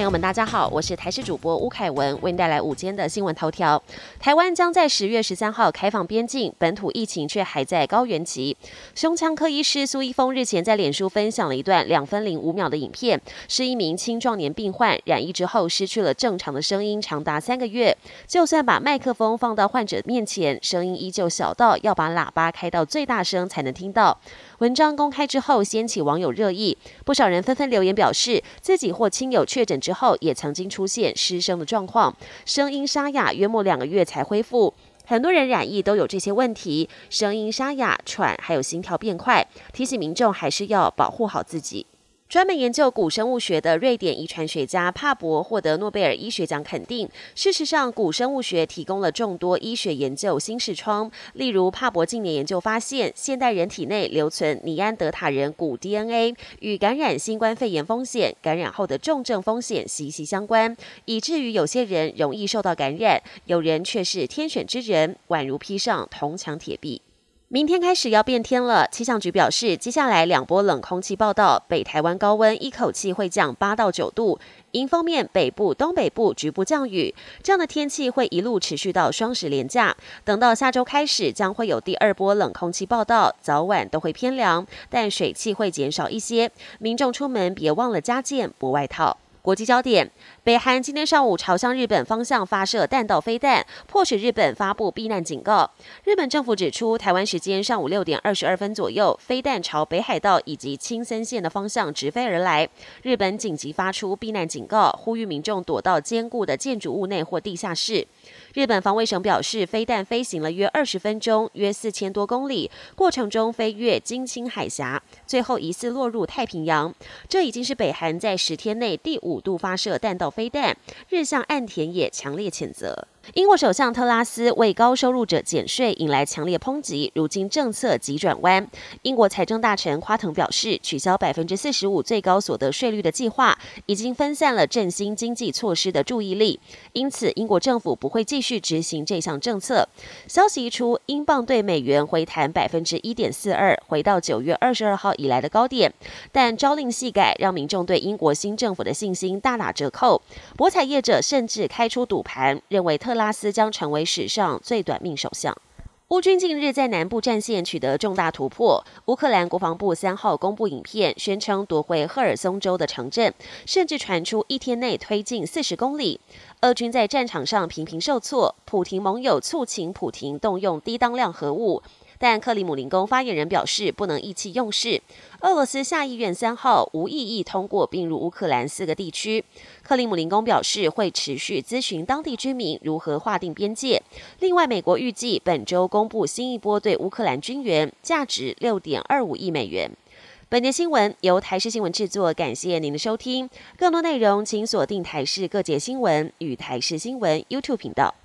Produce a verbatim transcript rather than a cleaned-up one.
朋友们，大家好，我是台视主播吴凯文，为您带来午间的新闻头条。台湾将在十月十三号开放边境，本土疫情却还在高原期。胸腔科医师苏一峰日前在脸书分享了一段两分零五秒的影片，是一名青壮年病患染疫之后失去了正常的声音长达三个月，就算把麦克风放到患者面前，声音依旧小到要把喇叭开到最大声才能听到。文章公开之后掀起网友热议，不少人纷纷留言表示，自己或亲友确诊之后也曾经出现失声的状况，声音沙哑约莫两个月才恢复。很多人染疫都有这些问题，声音沙哑、喘，还有心跳变快，提醒民众还是要保护好自己。专门研究古生物学的瑞典遗传学家帕博获得诺贝尔医学奖肯定。事实上，古生物学提供了众多医学研究新视窗。例如，帕博近年研究发现，现代人体内留存尼安德塔人骨 D N A 与感染新冠肺炎风险、感染后的重症风险息息相关，以至于有些人容易受到感染，有人却是天选之人，宛如披上铜墙铁壁。明天开始要变天了，气象局表示，接下来两波冷空气报道，北台湾高温一口气会降八到九度，迎风面北部、东北部局部降雨，这样的天气会一路持续到双十连假。等到下周开始，将会有第二波冷空气报道，早晚都会偏凉，但水汽会减少一些，民众出门别忘了加件薄外套。国际焦点，北韩今天上午朝向日本方向发射弹道飞弹，迫使日本发布避难警告。日本政府指出，台湾时间上午六点二十二分左右，飞弹朝北海道以及青森县的方向直飞而来。日本紧急发出避难警告，呼吁民众躲到坚固的建筑物内或地下室。日本防卫省表示，飞弹飞行了约二十分钟，约四千多公里，过程中飞越金青海峡，最后疑似落入太平洋。这已经是北韩在十天内第五度发射弹道飞弹，日向岸田也强烈谴责。英国首相特拉斯为高收入者减税引来强烈抨击，如今政策急转弯。英国财政大臣夸腾表示，取消百分之四十五最高所得税率的计划，已经分散了振兴经济措施的注意力，因此英国政府不会继续执行这项政策。消息一出，英镑对美元回弹百分之一点四二，回到九月二十二号以来的高点。但朝令夕改，让民众对英国新政府的信心大打折扣。博彩业者甚至开出赌盘，认为特拉斯将成为史上最短命首相。乌军近日在南部战线取得重大突破，乌克兰国防部三号公布影片，宣称夺回赫尔松州的城镇，甚至传出一天内推进四十公里。俄军在战场上频频受挫，普廷盟友促请普廷动用低当量核武。但克里姆林宫发言人表示，不能意气用事。俄罗斯下议院三号无异议通过并入乌克兰四个地区。克里姆林宫表示，会持续咨询当地居民如何划定边界。另外，美国预计本周公布新一波对乌克兰军援，价值六点二五亿美元。本节新闻由台视新闻制作，感谢您的收听。更多内容请锁定台视各节新闻与台视新闻 YouTube 频道。